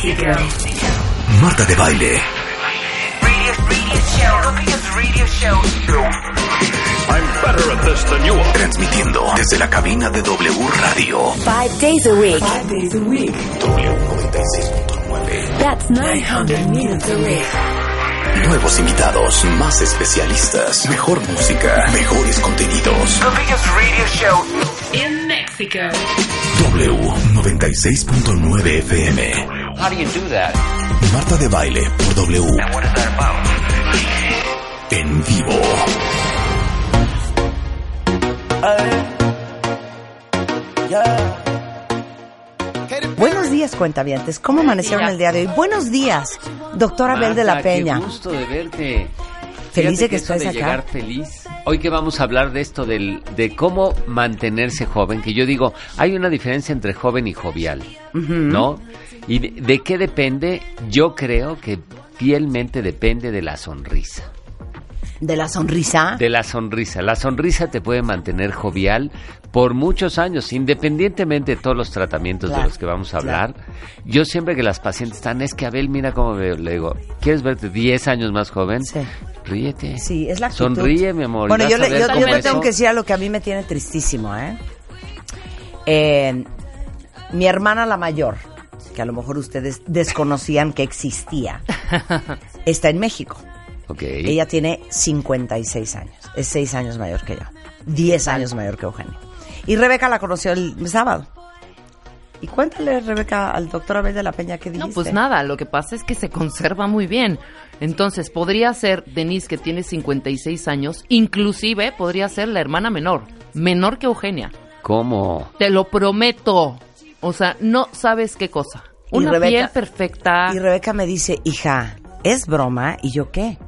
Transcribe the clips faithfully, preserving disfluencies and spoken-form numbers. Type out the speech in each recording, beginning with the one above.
Mexico. Marta de Baile. Radio, radio show. The biggest radio show. I'm better at this than you are. Transmitiendo desde la cabina de W Radio. Five days a week. Five days a week. W noventa y seis punto nueve. That's nine hundred minutes a week. Nuevos invitados, más especialistas, mejor música, mejores contenidos. The biggest radio show in Mexico. W noventa y seis punto nueve F M. How do you do that? Marta de Baile por W. And what is that about? En vivo. Buenos días, cuentavientes. ¿Cómo amanecieron el día de hoy? Buenos días, doctora Abel de la Peña. Qué gusto de verte. Feliz de Fíjate que eso estés de acá. Llegar feliz. Hoy que vamos a hablar de esto del, de cómo mantenerse joven, que yo digo, hay una diferencia entre joven y jovial, Ujú. ¿no? ¿Y de, de qué depende? Yo creo que fielmente depende de la sonrisa. ¿De la sonrisa? De la sonrisa. La sonrisa te puede mantener jovial por muchos años, independientemente de todos los tratamientos Claro, de los que vamos a hablar. claro. Yo siempre que las pacientes están, es que Abel, mira cómo veo, le digo, ¿quieres verte diez años más joven? Sí. Ríete. Sí, es la actitud. Sonríe, mi amor. y Bueno, vas yo, a le, ver yo, cómo yo te eso- tengo que decir algo que a mí me tiene tristísimo, ¿eh? Eh, Mi hermana la mayor, que a lo mejor ustedes desconocían que existía, está en México. Ok. Ella tiene cincuenta y seis años. Es seis años mayor que yo. diez años mayor que Eugenio. Y Rebeca la conoció el sábado. Y cuéntale, Rebeca, al doctor Abel de la Peña, ¿qué dijiste? No, pues nada, lo que pasa es que se conserva muy bien. Entonces, podría ser Denise, que tiene cincuenta y seis años, inclusive podría ser la hermana menor, menor que Eugenia. ¿Cómo? Te lo prometo. O sea, no sabes qué cosa. Y Una Rebeca- piel perfecta. Y Rebeca me dice, hija, ¿es broma? ¿Y yo qué?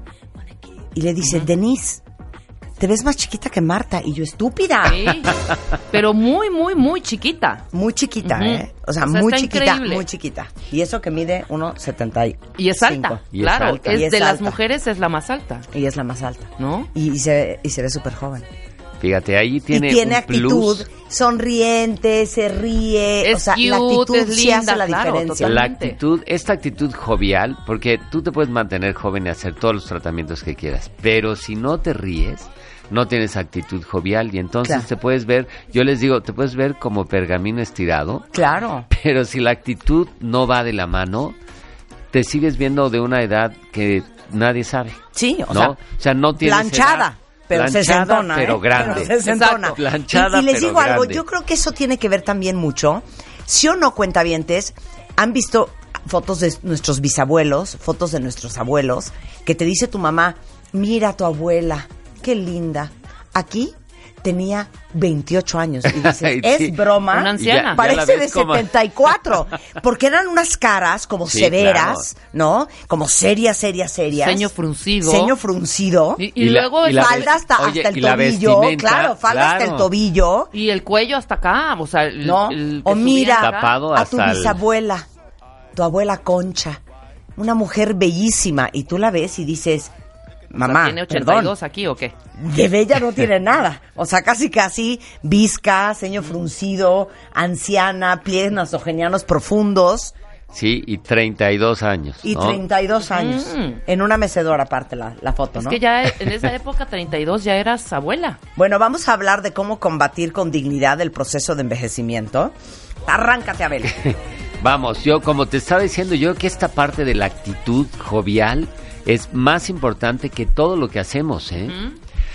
Y le dice, Denise, te ves más chiquita que Marta. Y yo, estúpida. Sí, pero muy, muy, muy chiquita. Muy chiquita, Ujú. ¿eh? O sea, O sea, muy está chiquita, increíble. muy chiquita. Y eso que mide uno setenta y cinco. Y es alta, Y es claro. alta. Es Y es de las alta. mujeres es la más alta, Y es la más alta. ¿no? Y, y se, y se ve súper joven. Fíjate, ahí tiene, y tiene un actitud, plus. sonriente, se ríe. Es o sea, la cute, actitud es sí linda, hace la claro, diferencia. La totalmente. actitud, esta actitud jovial, porque tú te puedes mantener joven y hacer todos los tratamientos que quieras, pero si no te ríes, no tienes actitud jovial y entonces Claro. te puedes ver, yo les digo, te puedes ver como pergamino estirado, Claro. pero si la actitud no va de la mano, te sigues viendo de una edad que nadie sabe, Sí, o ¿no? sea, o sea, no tienes planchada. edad. Pero Planchada, sesentona, pero ¿eh? grande. Pero sesentona. Exacto. Planchada, y, y les pero digo algo, grande. yo creo que eso tiene que ver también mucho. Si o no, cuentavientes, han visto fotos de nuestros bisabuelos, fotos de nuestros abuelos, que te dice tu mamá, mira a tu abuela, qué linda. Aquí tenía veintiocho años. Y dices, Ay, es sí. broma. Una anciana. Ya- ya la Parece ves de como- setenta y cuatro. Porque eran unas caras como Sí, severas, ¿no? Como serias, serias, serias. Ceño fruncido. Ceño fruncido. Y, y Y la- luego y la- falda hasta, Oye, hasta el y la tobillo, vestimenta, claro, falda hasta claro. el tobillo, y el cuello hasta acá, o sea, el- ¿no? el que O mira subía acá. Tapado a tu hasta el- bisabuela, tu abuela Concha, una mujer bellísima, y tú la ves y dices, O sea, mamá, ¿tiene ochenta y perdón, dos aquí o qué? de bella no tiene nada, o sea, casi casi visca, ceño fruncido, anciana, pies nasogenianos profundos, Sí, y treinta y dos años, y ¿no? treinta y dos años, Mm. en una mecedora aparte la, la foto, Es ¿no? que ya en esa época, treinta y dos, ya eras abuela. Bueno, vamos a hablar de cómo combatir con dignidad el proceso de envejecimiento. Arráncate, Abel. Vamos, yo como te estaba diciendo, yo creo que esta parte de la actitud jovial es más importante que todo lo que hacemos, ¿eh? Ujú.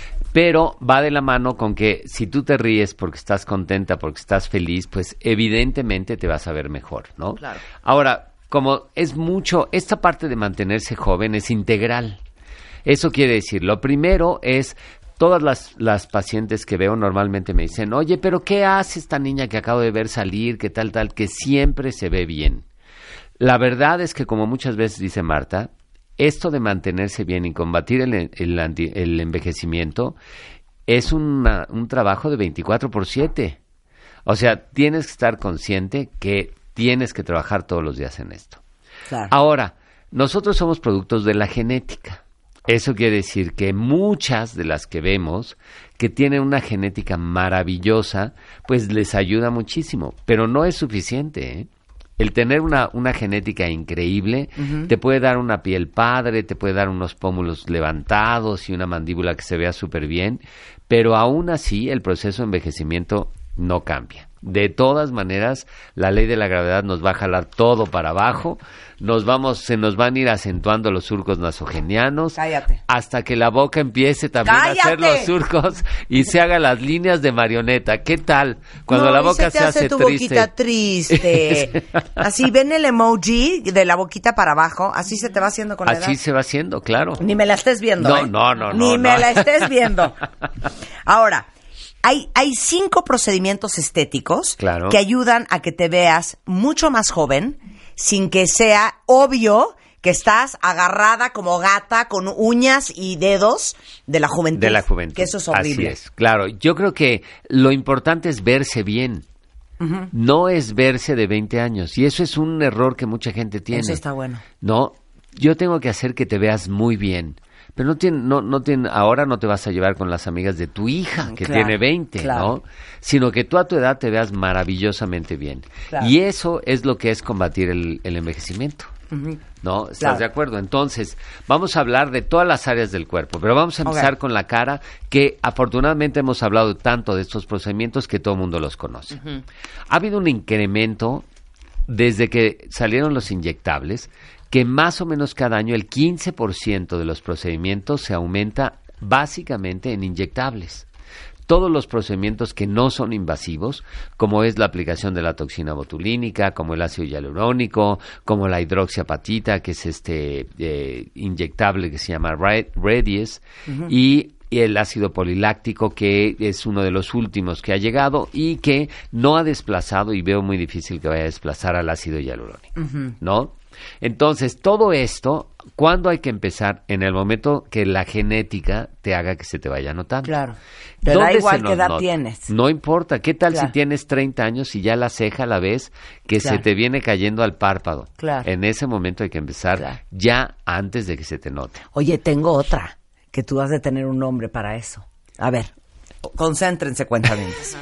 Pero va de la mano con que si tú te ríes porque estás contenta, porque estás feliz, pues evidentemente te vas a ver mejor, ¿no? Claro. Ahora, como es mucho, esta parte de mantenerse joven es integral. Eso quiere decir, lo primero es, todas las, las pacientes que veo normalmente me dicen, oye, pero ¿qué hace esta niña que acabo de ver salir, que tal, tal, que siempre se ve bien? La verdad es que, como muchas veces dice Marta, esto de mantenerse bien y combatir el, el, anti- el envejecimiento es una, un trabajo de veinticuatro por siete. O sea, tienes que estar consciente que tienes que trabajar todos los días en esto. Claro. Ahora, nosotros somos productos de la genética. Eso quiere decir que muchas de las que vemos que tienen una genética maravillosa, pues les ayuda muchísimo, pero no es suficiente, ¿eh? el tener una, una genética increíble, uh-huh. te puede dar una piel padre, te puede dar unos pómulos levantados y una mandíbula que se vea súper bien, pero aún así el proceso de envejecimiento no cambia. De todas maneras, la ley de la gravedad nos va a jalar todo para abajo, nos vamos, se nos van a ir acentuando los surcos nasogenianos, Cállate. hasta que la boca empiece también ¡Cállate! a hacer los surcos y se haga las líneas de marioneta. ¿Qué tal? Cuando no, la boca se, te se hace hace tu triste. boquita triste. Así, ven el emoji de la boquita para abajo, así se te va haciendo con la edad. Así se va haciendo, claro. Ni me la estés viendo, No, ¿eh? no, no, Ni no, me no. la estés viendo. Ahora, hay, hay cinco procedimientos estéticos Claro. que ayudan a que te veas mucho más joven sin que sea obvio que estás agarrada como gata con uñas y dedos de la juventud. De la juventud. Que eso es horrible. Así es, claro. Yo creo que lo importante es verse bien. Uh-huh. No es verse de veinte años. Y eso es un error que mucha gente tiene. Eso está bueno. No, yo tengo que hacer que te veas muy bien. Pero no tiene, no, no tiene, ahora no te vas a llevar con las amigas de tu hija, que Claro, tiene veinte, claro. ¿no? Sino que tú a tu edad te veas maravillosamente bien. Claro. Y eso es lo que es combatir el, el envejecimiento. Uh-huh. ¿No? ¿Estás Claro. de acuerdo? Entonces, vamos a hablar de todas las áreas del cuerpo, pero vamos a empezar Ok. con la cara, que afortunadamente hemos hablado tanto de estos procedimientos que todo el mundo los conoce. Ujú. Ha habido un incremento desde que salieron los inyectables, que más o menos cada año el quince por ciento de los procedimientos se aumenta básicamente en inyectables. Todos los procedimientos que no son invasivos, como es la aplicación de la toxina botulínica, como el ácido hialurónico, como la hidroxiapatita, que es este eh, inyectable que se llama Radies, uh-huh. y y el ácido poliláctico, que es uno de los últimos que ha llegado y que no ha desplazado, y veo muy difícil que vaya a desplazar al ácido hialurónico, uh-huh. ¿no? Entonces, todo esto, ¿cuándo hay que empezar? En el momento que la genética te haga que se te vaya notando. Claro. Te da ¿Dónde igual se qué nos edad nota? tienes. No importa. ¿Qué tal Claro. si tienes treinta años y ya la ceja la ves que Claro. se te viene cayendo al párpado? Claro. En ese momento hay que empezar Claro. ya antes de que se te note. Oye, tengo otra, que tú has de tener un nombre para eso. A ver, concéntrense, cuentavientes.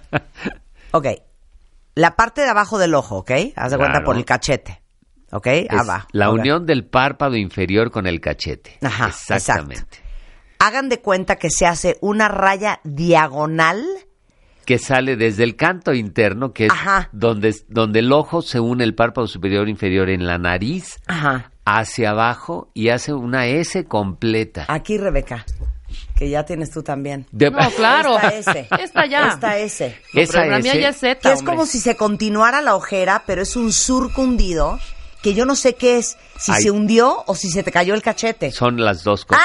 Ok, la parte de abajo del ojo, ¿ok? Haz de cuenta Claro. por el cachete, ¿ok? Es Abajo. la Ok. unión del párpado inferior con el cachete. Ajá, Exactamente. exacto. Hagan de cuenta que se hace una raya diagonal. Que sale desde el canto interno, que es Ajá. donde, donde el ojo se une el párpado superior e inferior en la nariz, Ajá. hacia abajo y hace una S completa. Aquí, Rebeca, que ya tienes tú también. De- No, claro. Esta S. Esta ya. Esta S. No, Esa pero la mía S, ya es Z, Que es hombre. como si se continuara la ojera, pero es un surco hundido, que yo no sé qué es, si Ay. se hundió o si se te cayó el cachete. Son las dos cosas.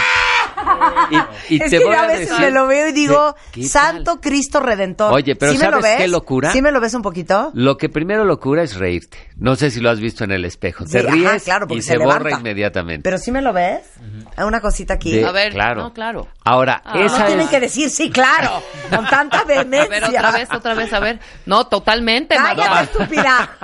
Y, y- y es te que voy yo a a veces decir- me lo veo y digo, ¿Qué tal? Santo Cristo Redentor. Oye, pero ¿Sí me lo ¿sabes ves? qué locura? ¿Sí me lo ves un poquito? Lo que primero locura es reírte. No sé si lo has visto en el espejo. Te Sí, ajá, ríes claro, porque y se se, borra levanta. inmediatamente. Pero ¿sí me lo ves? Una cosita aquí. De- A ver, claro. no, claro. Ahora, Ah. esa No tienen es... que decir sí, claro, con tanta A vehemencia. ver, otra vez, otra vez, a ver. No, totalmente, ¡Cállate, Magda. estúpida!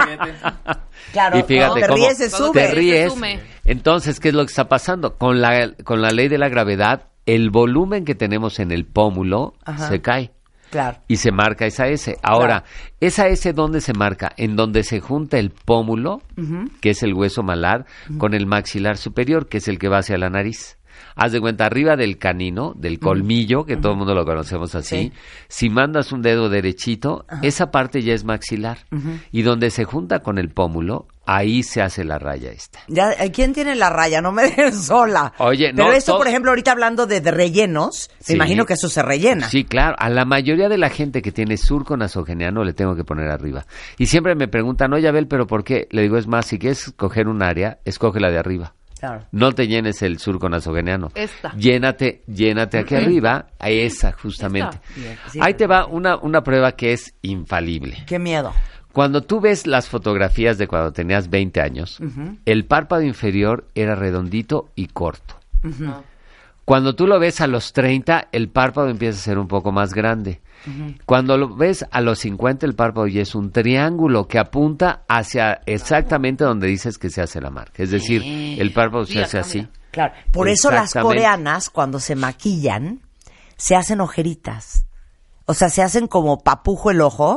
Claro, Y fíjate te cómo ríes, se Cuando sube. te se ríes. sume. Entonces, ¿qué es lo que está pasando? Con la, con la ley de la gravedad, el volumen que tenemos en el pómulo Ajá. se cae. Claro. Y se marca esa S. Ahora, ¿esa S dónde se marca? En donde se junta el pómulo, uh-huh. que es el hueso malar, uh-huh. con el maxilar superior, que es el que va hacia la nariz. Haz de cuenta, arriba del canino, del colmillo, que uh-huh. todo el mundo lo conocemos así, Sí. si mandas un dedo derechito, uh-huh. esa parte ya es maxilar. Uh-huh. Y donde se junta con el pómulo, ahí se hace la raya esta. Ya, ¿quién tiene la raya? No me dejen sola. Oye, Pero no, eso, todo- por ejemplo, ahorita hablando de, de rellenos, Sí. me imagino que eso se rellena. Sí, claro. A la mayoría de la gente que tiene surco nasogeniano le tengo que poner arriba. Y siempre me preguntan, oye, Abel, ¿pero por qué? Le digo, es más, si quieres escoger un área, escoge la de arriba. Claro. No te llenes el surco nasogeniano. Esta. Llénate, llénate aquí arriba, a esa justamente. Esta. Sí, Ahí te va una, una prueba que es infalible. Qué miedo. Cuando tú ves las fotografías de cuando tenías veinte años, Uh-huh. el párpado inferior era redondito y corto. Uh-huh. Cuando tú lo ves a los treinta, el párpado empieza a ser un poco más grande. Uh-huh. Cuando lo ves a los cincuenta, el párpado ya es un triángulo que apunta hacia exactamente donde dices que se hace la marca. Es decir, el párpado se Sí, hace acá, así. mira. Claro. Por eso las Exactamente. coreanas, cuando se maquillan, se hacen ojeritas. O sea, se hacen como papujo el ojo,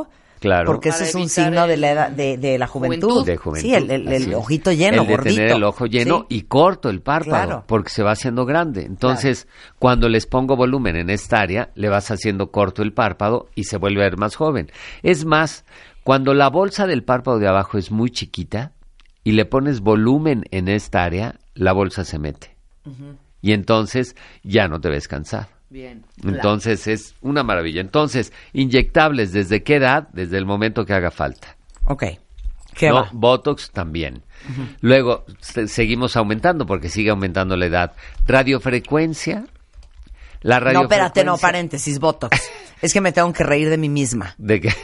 Claro. Porque Para ese es un evitar signo de la el- edad, de, de la juventud. juventud. De juventud. Sí, el, el- el así es. ojito lleno, el de gordito. tener el ojo lleno Sí. y corto el párpado, Claro. porque se va haciendo grande. Entonces, cuando les pongo volumen en esta área, le vas haciendo corto el párpado y se vuelve a ver más joven. Es más, cuando la bolsa del párpado de abajo es muy chiquita y le pones volumen en esta área, la bolsa se mete. Y entonces ya no te ves cansado. Bien. Entonces es una maravilla. Entonces, inyectables, ¿desde qué edad? Desde el momento que haga falta. Ok. ¿Qué No, va? Botox también. Luego se- seguimos aumentando porque sigue aumentando la edad. Radiofrecuencia. La No, radiofrecuencia. espérate, no, paréntesis, Botox. Es que me tengo que reír de mí misma. ¿De qué?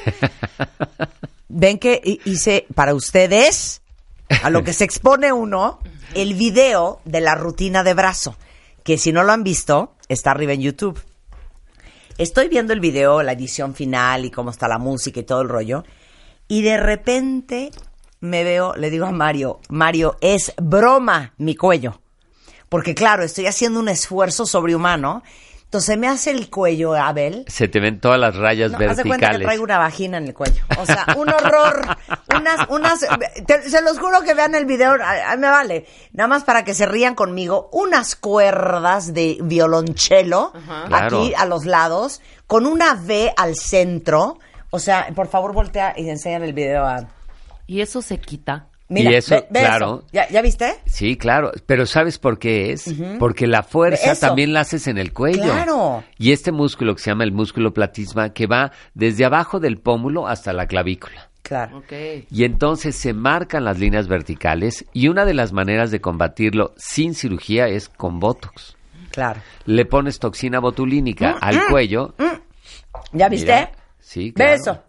Ven que hi- hice para ustedes, a lo que se expone uno, el video de la rutina de brazo, que si no lo han visto, está arriba en YouTube. Estoy viendo el video, la edición final y cómo está la música y todo el rollo, y de repente me veo, le digo a Mario, Mario, es broma mi cuello, porque claro, estoy haciendo un esfuerzo sobrehumano, entonces me hace el cuello, Abel. Se te ven todas las rayas No, haz de cuenta que verticales. traigo una vagina en el cuello. O sea, un horror. Unas, unas, te- se los juro que vean el video, a- a- me vale. Nada más para que se rían conmigo. Unas cuerdas de violonchelo Claro. aquí a los lados, con una V al centro. O sea, por favor voltea y enseñan el video a... Y eso se quita. Mira, Y eso, ve- ve claro. eso. ¿Ya, ¿Ya viste? Sí, claro. Pero ¿sabes por qué es? Porque la fuerza Eso. también la haces en el cuello. Claro. Y este músculo que se llama el músculo platisma, que va desde abajo del pómulo hasta la clavícula. Claro. Ok. Y entonces se marcan las líneas verticales y una de las maneras de combatirlo sin cirugía es con Botox. Claro. Le pones toxina botulínica al cuello. ¿Ya viste? Mira, sí, claro. Ve eso.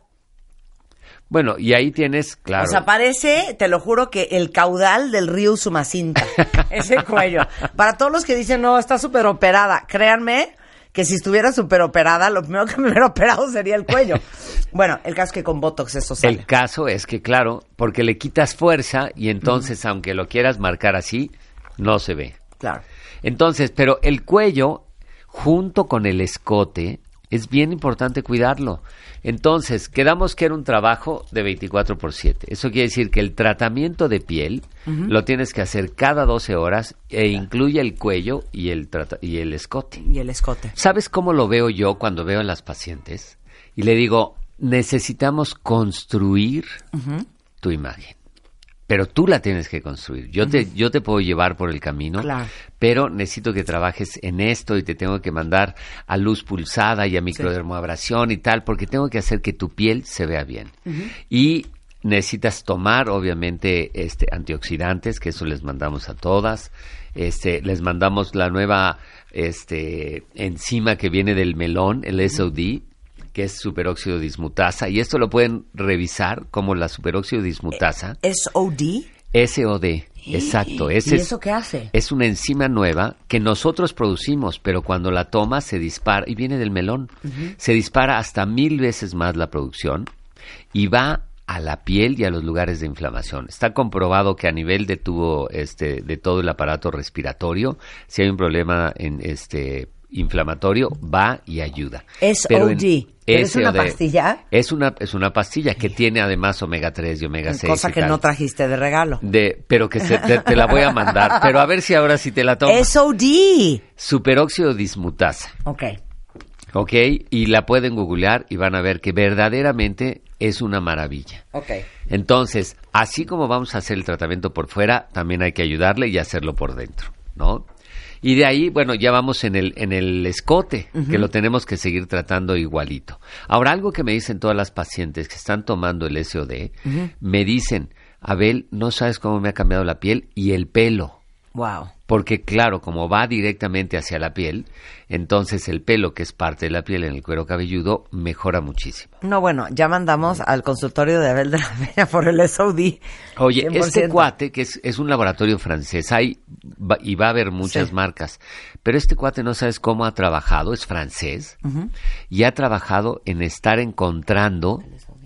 Bueno, y ahí tienes, claro. O sea, parece, te lo juro, que el caudal del río Sumacinta, ese cuello. Para todos los que dicen, no, está súper operada, créanme que si estuviera súper operada, lo primero que me hubiera operado sería el cuello. Bueno, el caso es que con Botox eso sale. El caso es que, claro, porque le quitas fuerza y entonces, aunque lo quieras marcar así, no se ve. Claro. Entonces, pero el cuello, junto con el escote, es bien importante cuidarlo. Entonces, quedamos que era un trabajo de veinticuatro por siete. Eso quiere decir que el tratamiento de piel lo tienes que hacer cada doce horas e incluye el cuello y el, trata- y el escote. Y el escote. ¿Sabes cómo lo veo yo cuando veo a las pacientes? Y le digo, necesitamos construir tu imagen. Pero tú la tienes que construir. Yo te, yo te puedo llevar por el camino, Claro. pero necesito que trabajes en esto y te tengo que mandar a luz pulsada y a microdermoabrasión y tal, porque tengo que hacer que tu piel se vea bien. Y necesitas tomar, obviamente, este antioxidantes, que eso les mandamos a todas. Este, les mandamos la nueva este enzima que viene del melón, el S O D, que es superóxido dismutasa, y esto lo pueden revisar como la superóxido dismutasa, ¿S O D? S O D, exacto. ¿Y Ese es, eso qué hace? es una enzima nueva que nosotros producimos, pero cuando la tomas se dispara, y viene del melón, se dispara hasta mil veces más la producción y va a la piel y a los lugares de inflamación. Está comprobado que a nivel de tubo, este, de todo el aparato respiratorio, si hay un problema en este inflamatorio, va y ayuda. S O D. Pero en ¿Pero es una S O D, pastilla? Es una, es una pastilla que tiene además omega tres y omega seis. Cosa y que tal. no trajiste de regalo. De, pero que se- te, te la voy a mandar. Pero a ver si ahora sí te la tomas. S O D. Superóxido dismutasa. Ok. ¿Ok? Y la pueden googlear y van a ver que verdaderamente es una maravilla. Ok. Entonces, así como vamos a hacer el tratamiento por fuera, también hay que ayudarle y hacerlo por dentro, ¿no? Y de ahí, bueno, ya vamos en el en el escote, que lo tenemos que seguir tratando igualito. Ahora, algo que me dicen todas las pacientes que están tomando el S O D, me dicen, Abel, no sabes cómo me ha cambiado la piel y el pelo. Wow. Porque claro, como va directamente hacia la piel, entonces el pelo, que es parte de la piel en el cuero cabelludo, mejora muchísimo. No, bueno, ya mandamos al consultorio de Abel de la Peña por el S O D. Oye, cien por este ciento. cuate, que es, es un laboratorio francés, hay va- y va a haber muchas Sí. marcas, pero este cuate no sabes cómo ha trabajado, es francés, y ha trabajado en estar encontrando,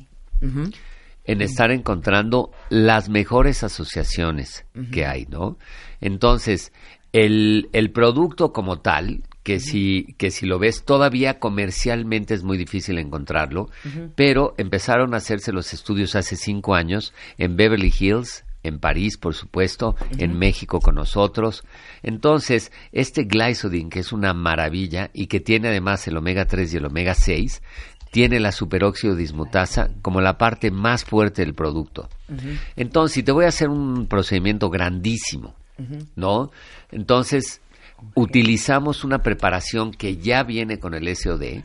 en estar encontrando las mejores asociaciones que hay, ¿no? Entonces, el, el producto como tal, que uh-huh. si que si lo ves todavía comercialmente es muy difícil encontrarlo, uh-huh. pero empezaron a hacerse los estudios hace cinco años en Beverly Hills, en París, por supuesto, uh-huh. en México con nosotros. Entonces, este Glycodin, que es una maravilla y que tiene además el omega tres y el omega seis, tiene la superóxido dismutasa como la parte más fuerte del producto. Uh-huh. Entonces, si te voy a hacer un procedimiento grandísimo, uh-huh. ¿no? Entonces, okay. utilizamos una preparación que ya viene con el S O D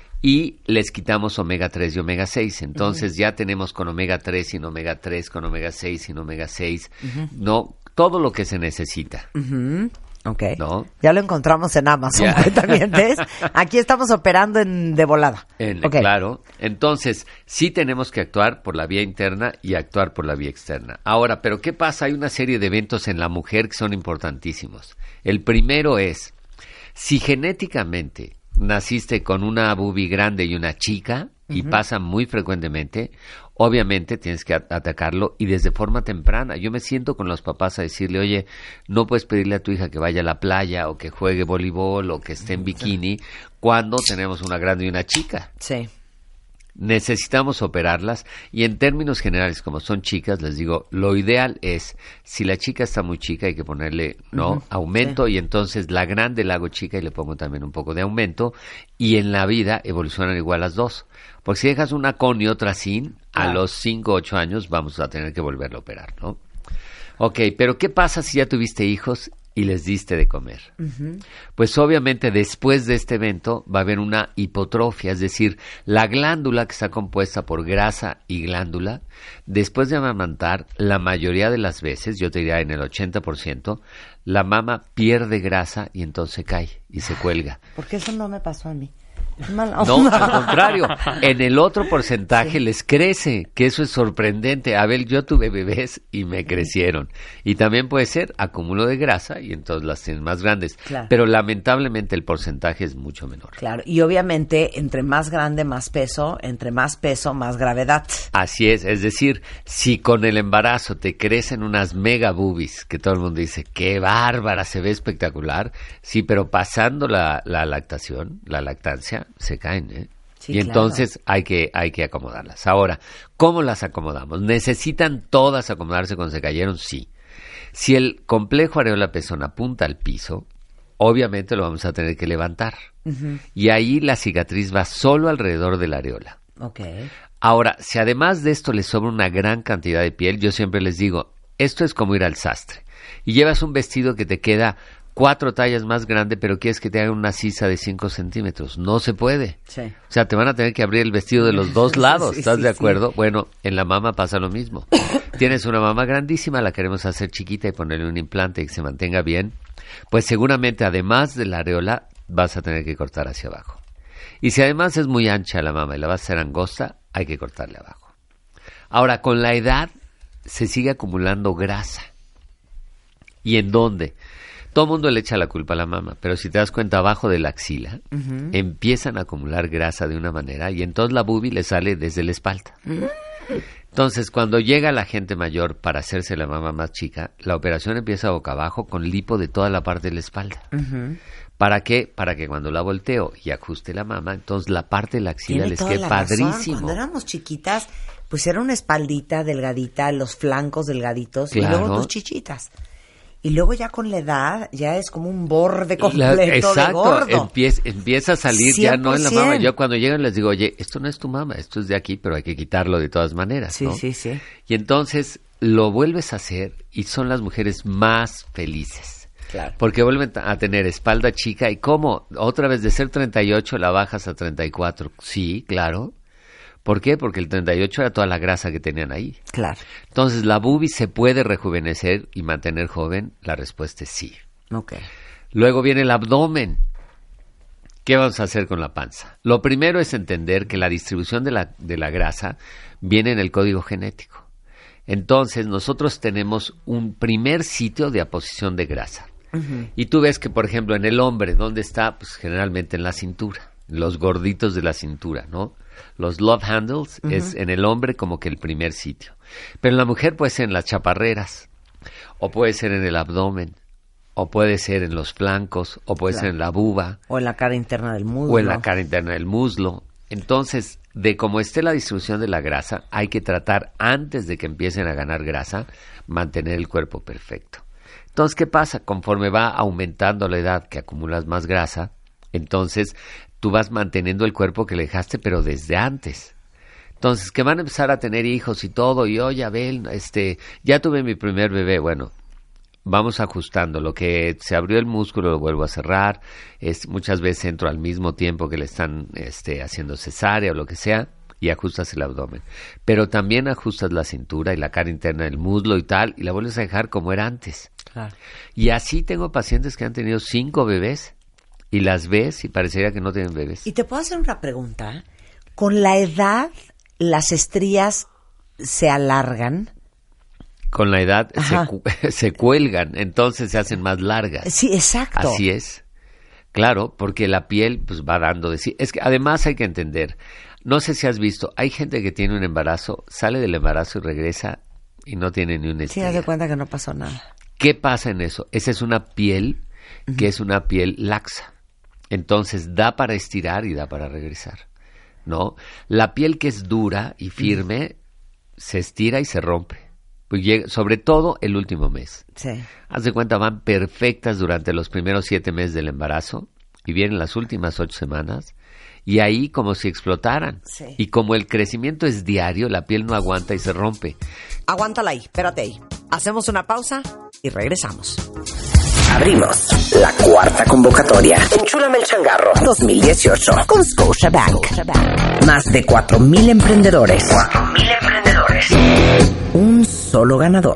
y les quitamos omega tres y omega seis. Entonces, uh-huh. ya tenemos con omega tres sin omega tres, con omega seis sin omega seis, uh-huh. ¿no? Todo lo que se necesita. Uh-huh. Ok, ¿no? Ya lo encontramos en Amazon, cuentavientes. Aquí estamos operando en de volada. En, okay. Claro, entonces sí tenemos que actuar por la vía interna y actuar por la vía externa. Ahora, ¿pero qué pasa? Hay una serie de eventos en la mujer que son importantísimos. El primero es, si genéticamente naciste con una boobie grande y una chica, uh-huh. y pasa muy frecuentemente, obviamente tienes que atacarlo y desde forma temprana. Yo me siento con los papás a decirle, oye, no puedes pedirle a tu hija que vaya a la playa o que juegue voleibol o que esté en bikini cuando tenemos una grande y una chica. Sí. Necesitamos operarlas y en términos generales, como son chicas, les digo, lo ideal es, si la chica está muy chica hay que ponerle, ¿no? Uh-huh. Aumento, sí. Y entonces la grande la hago chica y le pongo también un poco de aumento y en la vida evolucionan igual las dos. Porque si dejas una con y otra sin, a ah. los cinco o ocho años vamos a tener que volverlo a operar, ¿no? Ok, pero ¿qué pasa si ya tuviste hijos y les diste de comer? Uh-huh. Pues obviamente después de este evento va a haber una hipotrofia, es decir, la glándula que está compuesta por grasa y glándula, después de amamantar, la mayoría de las veces, yo te diría en el ochenta por ciento, la mama pierde grasa y entonces cae y se cuelga. ¿Por qué eso no me pasó a mí? No, al contrario, en el otro porcentaje sí. les crece, que eso es sorprendente. A ver, yo tuve bebés y me crecieron. Y también puede ser acúmulo de grasa y entonces las tienes más grandes. Claro. Pero lamentablemente el porcentaje es mucho menor. Claro, y obviamente entre más grande, más peso, entre más peso, más gravedad. Así es, es decir, si con el embarazo te crecen unas mega boobies, que todo el mundo dice, qué bárbara, se ve espectacular. Sí, pero pasando la, la lactación, la lactancia, se caen, ¿eh? Sí, y entonces claro. hay que hay que acomodarlas. Ahora, ¿cómo las acomodamos? ¿Necesitan todas acomodarse cuando se cayeron? Sí. Si el complejo areola pezón apunta al piso, obviamente lo vamos a tener que levantar. Uh-huh. Y ahí la cicatriz va solo alrededor de la areola. Okay. Ahora, si además de esto les sobra una gran cantidad de piel, yo siempre les digo, esto es como ir al sastre. Y llevas un vestido que te queda cuatro tallas más grande, pero quieres que te haga una sisa de cinco centímetros. No se puede. Sí. O sea, te van a tener que abrir el vestido de los dos lados. sí, ¿Estás sí, de acuerdo? Sí. Bueno, en la mama pasa lo mismo. Tienes una mama grandísima, la queremos hacer chiquita y ponerle un implante y que se mantenga bien. Pues seguramente, además de la areola, vas a tener que cortar hacia abajo. Y si además es muy ancha la mama y la vas a hacer angosta, hay que cortarle abajo. Ahora, con la edad, se sigue acumulando grasa. ¿Y en dónde? Todo el mundo le echa la culpa a la mama, pero si te das cuenta, abajo de la axila uh-huh. empiezan a acumular grasa de una manera y entonces la boobie le sale desde la espalda. Uh-huh. Entonces, cuando llega la gente mayor para hacerse la mama más chica, la operación empieza boca abajo con lipo de toda la parte de la espalda. Uh-huh. ¿Para qué? Para que cuando la volteo y ajuste la mama, entonces la parte de la axila les quede padrísimo. Cuando éramos chiquitas, pues era una espaldita delgadita, los flancos delgaditos claro. y luego dos chichitas. Y luego ya con la edad, ya es como un borde completo la, exacto, de gordo. Empieza, empieza a salir cien por ciento. Ya no en la mama. Yo cuando llegan les digo, oye, esto no es tu mama, esto es de aquí, pero hay que quitarlo de todas maneras, sí, ¿no? Sí, sí, sí. Y entonces lo vuelves a hacer y son las mujeres más felices. Claro. Porque vuelven a tener espalda chica y ¿cómo? Otra vez de ser treinta y ocho la bajas a treinta y cuatro. Sí, claro. ¿Por qué? Porque el treinta y ocho era toda la grasa que tenían ahí. Claro. Entonces, ¿la boobie se puede rejuvenecer y mantener joven? La respuesta es sí. Ok. Luego viene el abdomen. ¿Qué vamos a hacer con la panza? Lo primero es entender que la distribución de la, de la grasa viene en el código genético. Entonces, nosotros tenemos un primer sitio de aposición de grasa. Uh-huh. Y tú ves que, por ejemplo, en el hombre, ¿dónde está? Pues generalmente en la cintura. Los gorditos de la cintura, ¿no? Los love handles uh-huh. es en el hombre como que el primer sitio. Pero en la mujer puede ser en las chaparreras, o puede ser en el abdomen, o puede ser en los flancos, o puede Claro. ser en la buba, O en la cara interna del muslo. o en la cara interna del muslo. Entonces, de cómo esté la distribución de la grasa, hay que tratar, antes de que empiecen a ganar grasa, mantener el cuerpo perfecto. Entonces, ¿qué pasa? Conforme va aumentando la edad, que acumulas más grasa, entonces tú vas manteniendo el cuerpo que le dejaste, pero desde antes. Entonces, que van a empezar a tener hijos y todo, y oye, Abel, este, ya tuve mi primer bebé, bueno, vamos ajustando. Lo que se abrió el músculo lo vuelvo a cerrar. Es, muchas veces entro al mismo tiempo que le están este, haciendo cesárea o lo que sea, y ajustas el abdomen. Pero también ajustas la cintura y la cara interna del muslo y tal, y la vuelves a dejar como era antes. Claro. Y así tengo pacientes que han tenido cinco bebés, y las ves y parecería que no tienen bebés. Y te puedo hacer una pregunta. ¿Con la edad las estrías se alargan? Con la edad se, Ajá. cu- se cuelgan, entonces se hacen más largas. Sí, exacto. Así es. Claro, porque la piel pues va dando de sí. Es que además hay que entender, no sé si has visto, hay gente que tiene un embarazo, sale del embarazo y regresa y no tiene ni una Sí, estría. haz de cuenta que no pasó nada. ¿Qué pasa en eso? Esa es una piel que es una piel laxa. Entonces da para estirar y da para regresar, ¿no? La piel que es dura y firme se estira y se rompe. Pues llega, sobre todo el último mes. Sí. Haz de cuenta, van perfectas durante los primeros siete meses del embarazo y vienen las últimas ocho semanas y ahí como si explotaran. Sí. Y como el crecimiento es diario, la piel no aguanta y se rompe. Aguántala ahí, espérate ahí. Hacemos una pausa y regresamos. Abrimos la cuarta convocatoria. Enchúlame el changarro dos mil dieciocho con Scotiabank. Más de cuatro mil emprendedores. cuatro mil emprendedores. Un solo ganador.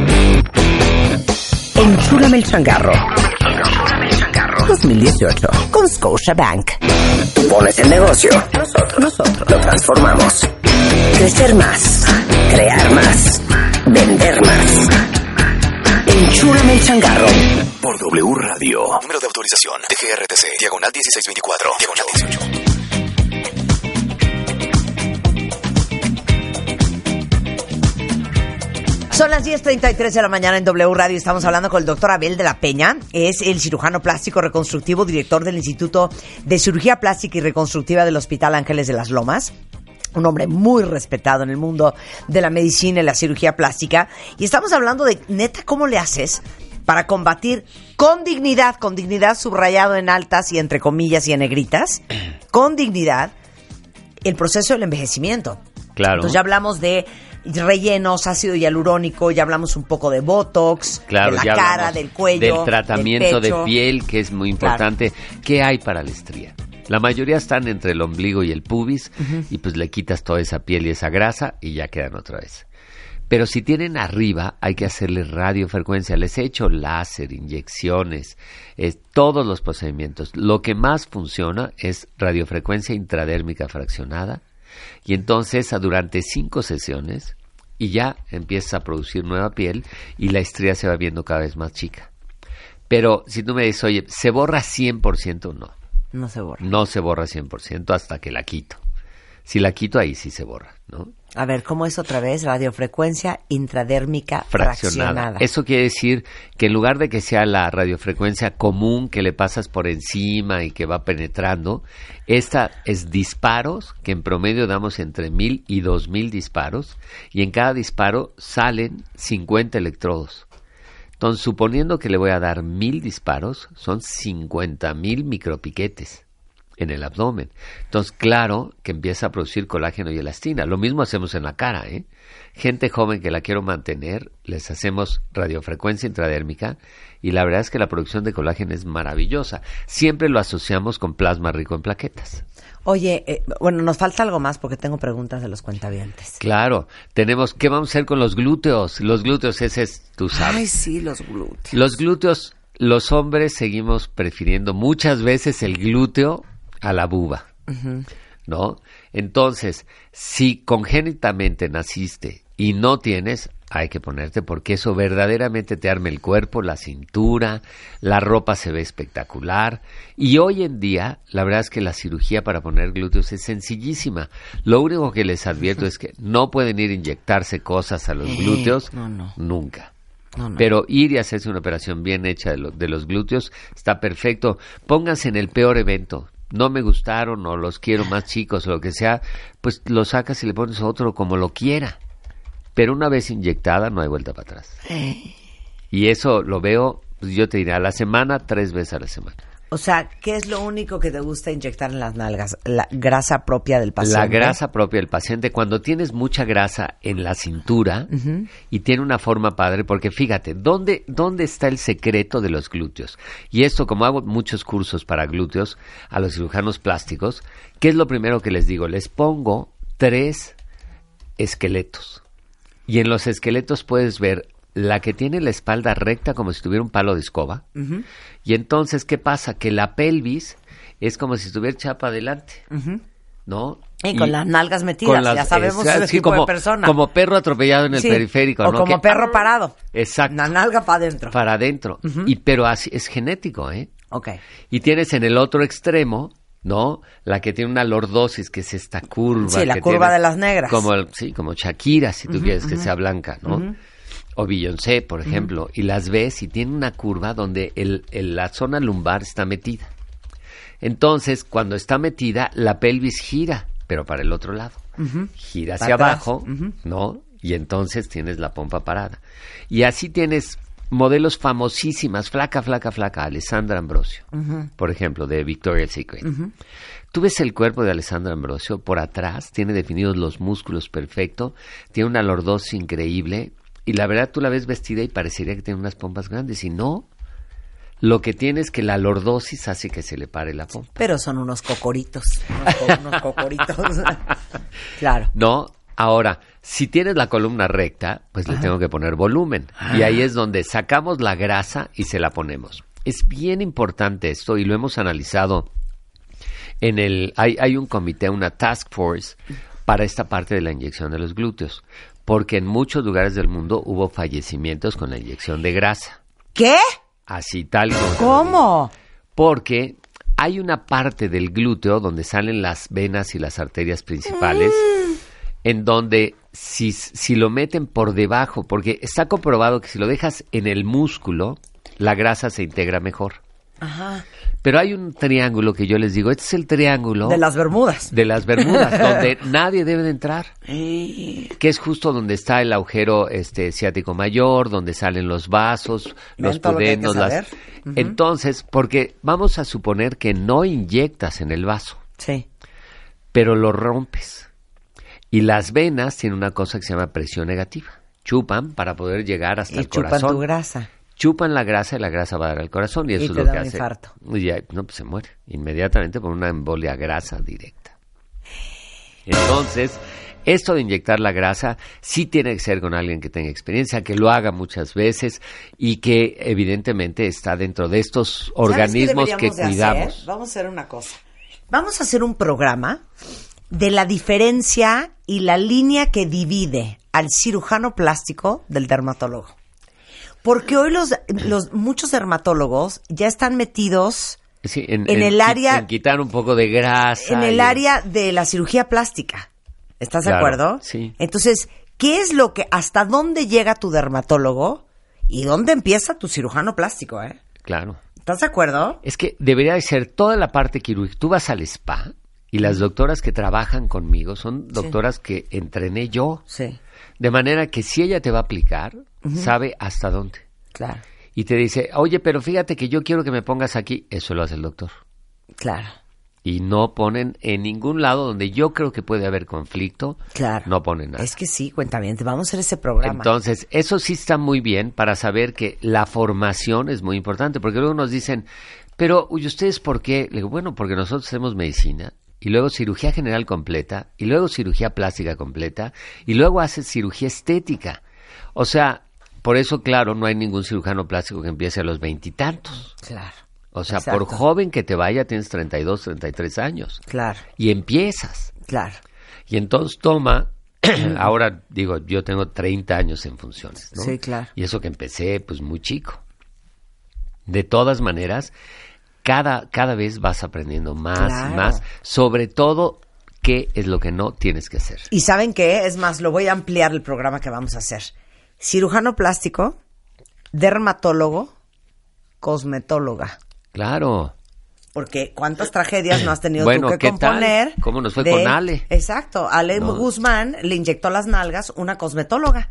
Enchúlame el changarro Enchúlame el changarro. dos mil dieciocho con Scotiabank. Tú pones el negocio. Nosotros, nosotros lo transformamos. Crecer más. Crear más. Vender más. Enchúlame el changarro. Por W Radio. Número de autorización D G R T C. Diagonal dieciséis veinticuatro. Diagonal dieciocho. Son las diez treinta y tres de la mañana en W Radio. Estamos hablando con el doctor Abel de la Peña. Es el cirujano plástico reconstructivo, director del Instituto de Cirugía Plástica y Reconstructiva del Hospital Ángeles de las Lomas. Un hombre muy respetado en el mundo de la medicina y la cirugía plástica. Y estamos hablando de, neta, ¿cómo le haces para combatir con dignidad, con dignidad subrayado en altas y entre comillas y en negritas, con dignidad, el proceso del envejecimiento? Claro. Entonces ya hablamos de rellenos, ácido hialurónico, ya hablamos un poco de botox, Claro, de la ya cara, hablamos del cuello, del tratamiento del pecho. de piel, que es muy importante. ¿Qué hay para la estría? La mayoría están entre el ombligo y el pubis, uh-huh. y pues le quitas toda esa piel y esa grasa y ya quedan otra vez. Pero si tienen arriba, hay que hacerles radiofrecuencia. Les he hecho láser, inyecciones, eh, todos los procedimientos. Lo que más funciona es radiofrecuencia intradérmica fraccionada, y entonces durante cinco sesiones y ya empiezas a producir nueva piel y la estría se va viendo cada vez más chica. Pero si tú me dices, oye, ¿se borra cien por ciento? No. No se borra. No se borra cien por ciento hasta que la quito. Si la quito, ahí sí se borra, ¿no? A ver, ¿cómo es otra vez? Radiofrecuencia intradérmica Fraccionada. fraccionada. Eso quiere decir que en lugar de que sea la radiofrecuencia común que le pasas por encima y que va penetrando, esta es disparos, que en promedio damos entre mil y dos mil disparos, y en cada disparo salen cincuenta electrodos. Entonces, suponiendo que le voy a dar mil disparos, son cincuenta mil micropiquetes en el abdomen. Entonces, claro que empieza a producir colágeno y elastina. Lo mismo hacemos en la cara, ¿eh? Gente joven que la quiero mantener, les hacemos radiofrecuencia intradérmica y la verdad es que la producción de colágeno es maravillosa. Siempre lo asociamos con plasma rico en plaquetas. Oye, eh, bueno, nos falta algo más porque tengo preguntas de los cuentavientes. Claro, tenemos, ¿qué vamos a hacer con los glúteos? Los glúteos, ese es, tú sabes. Ay, sí, los glúteos. Los glúteos, los hombres seguimos prefiriendo muchas veces el glúteo a la buba, uh-huh. ¿no? Entonces, si congénitamente naciste y no tienes, hay que ponerte porque eso verdaderamente te arma el cuerpo, la cintura, la ropa se ve espectacular. Y hoy en día, la verdad es que la cirugía para poner glúteos es sencillísima. Lo único que les advierto es que no pueden ir a inyectarse cosas a los glúteos, no, no. nunca. No, no. Pero ir y hacerse una operación bien hecha de, lo- de los glúteos está perfecto. Pónganse en el peor evento. No me gustaron o los quiero más chicos o lo que sea, pues lo sacas y le pones otro como lo quiera. Pero una vez inyectada no hay vuelta para atrás. Y eso lo veo, pues yo te diré, a la semana, tres veces a la semana. O sea, ¿qué es lo único que te gusta inyectar en las nalgas? La grasa propia del paciente. La grasa propia del paciente, cuando tienes mucha grasa en la cintura uh-huh. y tiene una forma padre, porque fíjate, ¿dónde, ¿dónde está el secreto de los glúteos? Y esto, como hago muchos cursos para glúteos a los cirujanos plásticos, ¿qué es lo primero que les digo? Les pongo tres esqueletos. Y en los esqueletos puedes ver la que tiene la espalda recta como si tuviera un palo de escoba. Uh-huh. Y entonces, ¿qué pasa? Que la pelvis es como si estuviera chapa adelante, uh-huh. ¿no? Y, y con las nalgas metidas, las, ya sabemos es, ese sí, tipo como, de persona. Como perro atropellado en el sí. periférico, o ¿no? como que, perro parado. Exacto. La nalga para adentro. Para adentro. Uh-huh. Y pero así es genético, ¿eh? Okay. Y tienes en el otro extremo, ¿no? La que tiene una lordosis, que es esta curva. Sí, la que curva tiene, de las negras. Como, sí, como Shakira, si tú uh-huh, quieres uh-huh. que sea blanca, ¿no? Uh-huh. O Beyoncé, por ejemplo, uh-huh. y las ves y tiene una curva donde el, el, la zona lumbar está metida. Entonces, cuando está metida, la pelvis gira, pero para el otro lado. Uh-huh. Gira hacia para abajo, uh-huh. ¿no? Y entonces tienes la pompa parada. Y así tienes modelos famosísimas, flaca, flaca, flaca, Alessandra Ambrosio, uh-huh. por ejemplo, de Victoria's Secret. Uh-huh. Tú ves el cuerpo de Alessandra Ambrosio por atrás, tiene definidos los músculos perfecto, tiene una lordosis increíble, y la verdad tú la ves vestida y parecería que tiene unas pompas grandes, y no. Lo que tiene es que la lordosis hace que se le pare la pompa. Pero son unos cocoritos, unos, co- unos cocoritos. Claro. No, ahora, si tienes la columna recta, pues Ajá. le tengo que poner volumen. Ajá. Y ahí es donde sacamos la grasa y se la ponemos. Es bien importante esto y lo hemos analizado en el... Hay, hay un comité, una task force para esta parte de la inyección de los glúteos. Porque en muchos lugares del mundo hubo fallecimientos con la inyección de grasa. ¿Qué? Así tal y como. ¿Cómo? Porque hay una parte del glúteo donde salen las venas y las arterias principales, mm. en donde si, si lo meten por debajo, porque está comprobado que si lo dejas en el músculo, la grasa se integra mejor. Ajá. Pero hay un triángulo que yo les digo, este es el triángulo... De las Bermudas. De las Bermudas, donde nadie debe de entrar. Que es justo donde está el agujero este ciático mayor, donde salen los vasos, los pudendos. Las... Uh-huh. Entonces, porque vamos a suponer que no inyectas en el vaso. Sí. Pero lo rompes. Y las venas tienen una cosa que se llama presión negativa. Chupan para poder llegar hasta y el corazón. Y chupan tu grasa. Chupan la grasa y la grasa va a dar al corazón y eso y es te lo da que un hace. Infarto. Y ya, no, pues se muere inmediatamente por una embolia grasa directa. Entonces, esto de inyectar la grasa sí tiene que ser con alguien que tenga experiencia, que lo haga muchas veces y que evidentemente está dentro de estos organismos que cuidamos. Hacer? Vamos a hacer una cosa. Vamos a hacer un programa de la diferencia y la línea que divide al cirujano plástico del dermatólogo. Porque hoy los, los muchos dermatólogos ya están metidos sí, en, en, en el área... En quitar un poco de grasa. En el y... área de la cirugía plástica. ¿Estás claro, de acuerdo? Sí. Entonces, ¿qué es lo que... hasta dónde llega tu dermatólogo y dónde empieza tu cirujano plástico, eh? Claro. ¿Estás de acuerdo? Es que debería de ser toda la parte quirúrgica. Tú vas al spa y las doctoras que trabajan conmigo son doctoras sí. que entrené yo. Sí. De manera que si ella te va a aplicar... Uh-huh. Sabe hasta dónde. Claro. Y te dice, oye, pero fíjate que yo quiero que me pongas aquí. Eso lo hace el doctor. Claro. Y no ponen en ningún lado donde yo creo que puede haber conflicto. Claro. No ponen nada. Es que sí, cuéntame, vamos a hacer ese programa. Entonces, eso sí está muy bien para saber que la formación es muy importante. Porque luego nos dicen, pero, ¿y ustedes por qué? Le digo, bueno, porque nosotros hacemos medicina. Y luego cirugía general completa. Y luego cirugía plástica completa. Y luego haces cirugía estética. O sea... Por eso, claro, no hay ningún cirujano plástico que empiece a los veintitantos. Claro. O sea, exacto. por joven que te vaya, tienes treinta y dos, treinta y tres años. Claro. Y empiezas. Claro. Y entonces toma, ahora digo, yo tengo treinta años en funciones, ¿no? Sí, claro. Y eso que empecé, pues, muy chico. De todas maneras, cada, cada vez vas aprendiendo más claro. y más, sobre todo... ¿Qué es lo que no tienes que hacer? ¿Y saben qué? Es más, lo voy a ampliar el programa que vamos a hacer. Cirujano plástico dermatólogo, cosmetóloga. Claro. Porque cuántas tragedias no has tenido Bueno, tú que ¿qué componer. tal? ¿Cómo nos fue de- con Ale? Exacto, Ale No. Guzmán le inyectó las nalgas una cosmetóloga.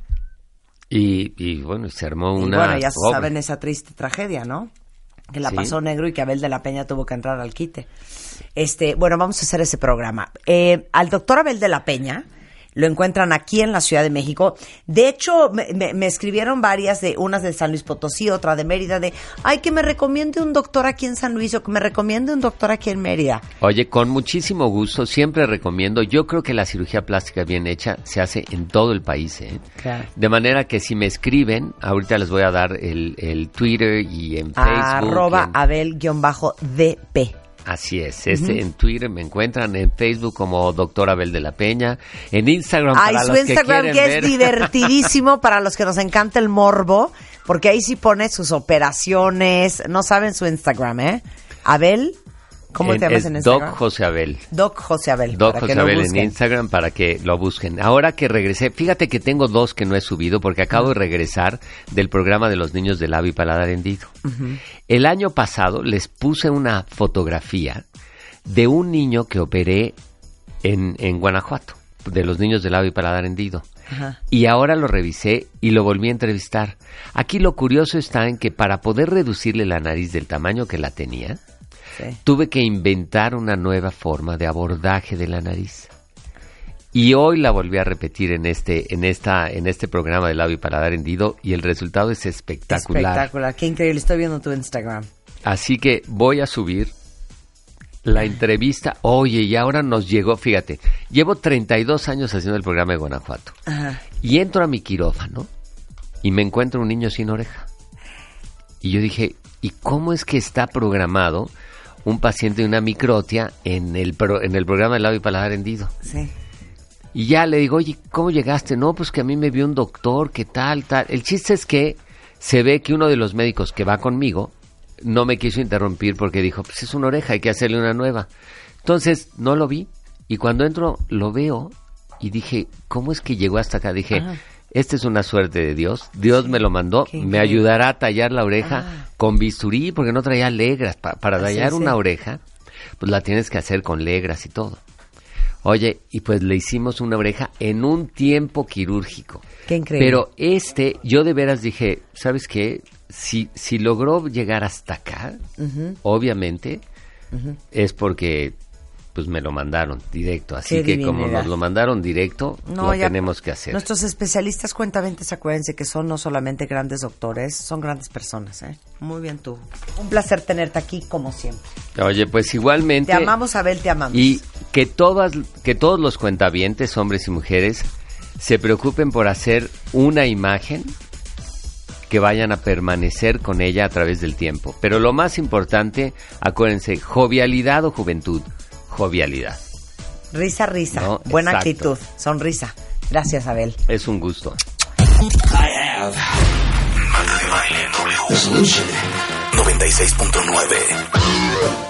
Y, y bueno, se armó Y una... bueno, ya se obra. saben esa triste tragedia, ¿no? Que la Sí. pasó negro y que Abel de la Peña tuvo que entrar al quite. Este, bueno, vamos a hacer ese programa. Eh, al doctor Abel de la Peña lo encuentran aquí en la Ciudad de México. De hecho, me, me- me escribieron varias, de unas de San Luis Potosí, otra de Mérida, de, ay, que me recomiende un doctor aquí en San Luis o que me recomiende un doctor aquí en Mérida. Oye, con muchísimo gusto, siempre recomiendo. Yo creo que la cirugía plástica bien hecha se hace en todo el país, ¿eh? Claro. De manera que si me escriben, ahorita les voy a dar el, el Twitter y en Facebook. Arroba y en- Abel-D P. Así es, este, en Twitter me encuentran, en Facebook como Doctor Abel de la Peña, en Instagram Ay, para su los que Instagram quieren que, ver. es divertidísimo para los que nos encanta el morbo, porque ahí sí pone sus operaciones. No saben su Instagram, ¿eh? Abel, ¿cómo En- te llamas es en Instagram? Doc José Abel. Doc José Abel. Doc para José que lo Abel en busquen. Instagram para que lo busquen. Ahora que regresé, fíjate que tengo dos que no he subido porque acabo de regresar del programa de los niños de labio y paladar hendido. El año pasado les puse una fotografía de un niño que operé en, en Guanajuato, de los niños de labio y paladar hendido. Ajá. Y ahora lo revisé y lo volví a entrevistar. Aquí lo curioso está en que para poder reducirle la nariz del tamaño que la tenía, Sí. tuve que inventar una nueva forma de abordaje de la nariz. Y hoy la volví a repetir en este, en esta, en este programa de labio y paladar hendido y el resultado es espectacular. Espectacular, qué increíble. Estoy viendo tu Instagram. Así que voy a subir la entrevista. Oye, y ahora nos llegó, fíjate, llevo treinta y dos años haciendo el programa de Guanajuato. Ajá. Y entro a mi quirófano y me encuentro un niño sin oreja. Y yo dije, ¿y cómo es que está programado un paciente de una microtia en el, pro- en el programa de labio y paladar hendido? Sí. Y ya le digo, oye, ¿cómo llegaste? No, pues que a mí me vio un doctor, que tal, tal. El chiste es que se ve que uno de los médicos que va conmigo no me quiso interrumpir porque dijo, pues es una oreja, hay que hacerle una nueva. Entonces, no lo vi. Y cuando entro, lo veo y dije, ¿cómo es que llegó hasta acá? Dije, Ajá. esta es una suerte de Dios. Dios me lo mandó, qué me increíble. ayudará a tallar la oreja Ah. con bisturí porque no traía legras. Pa- para Ah, sí, tallar sí. una oreja, pues la tienes que hacer con legras y todo. Oye, y pues le hicimos una oreja en un tiempo quirúrgico. Qué increíble. Pero este, yo de veras dije, ¿sabes qué? Si, si logró llegar hasta acá, Ujú. obviamente, es porque pues me lo mandaron directo. Así Qué que como divinidad. nos lo mandaron directo, No, lo ya- tenemos que hacer. Nuestros especialistas cuentavientes, acuérdense que son no solamente grandes doctores, son grandes personas, ¿eh? Muy bien tú. Un placer tenerte aquí, como siempre. Oye, pues igualmente... Te amamos, Abel, te amamos. Y que todas, que todos los cuentavientes, hombres y mujeres, se preocupen por hacer una imagen que vayan a permanecer con ella a través del tiempo. Pero lo más importante, acuérdense, jovialidad o juventud. Jovialidad. Risa, risa. No, Buena exacto. actitud. Sonrisa. Gracias, Abel. Es un gusto. Marta de Baile W Solution noventa y seis punto nueve.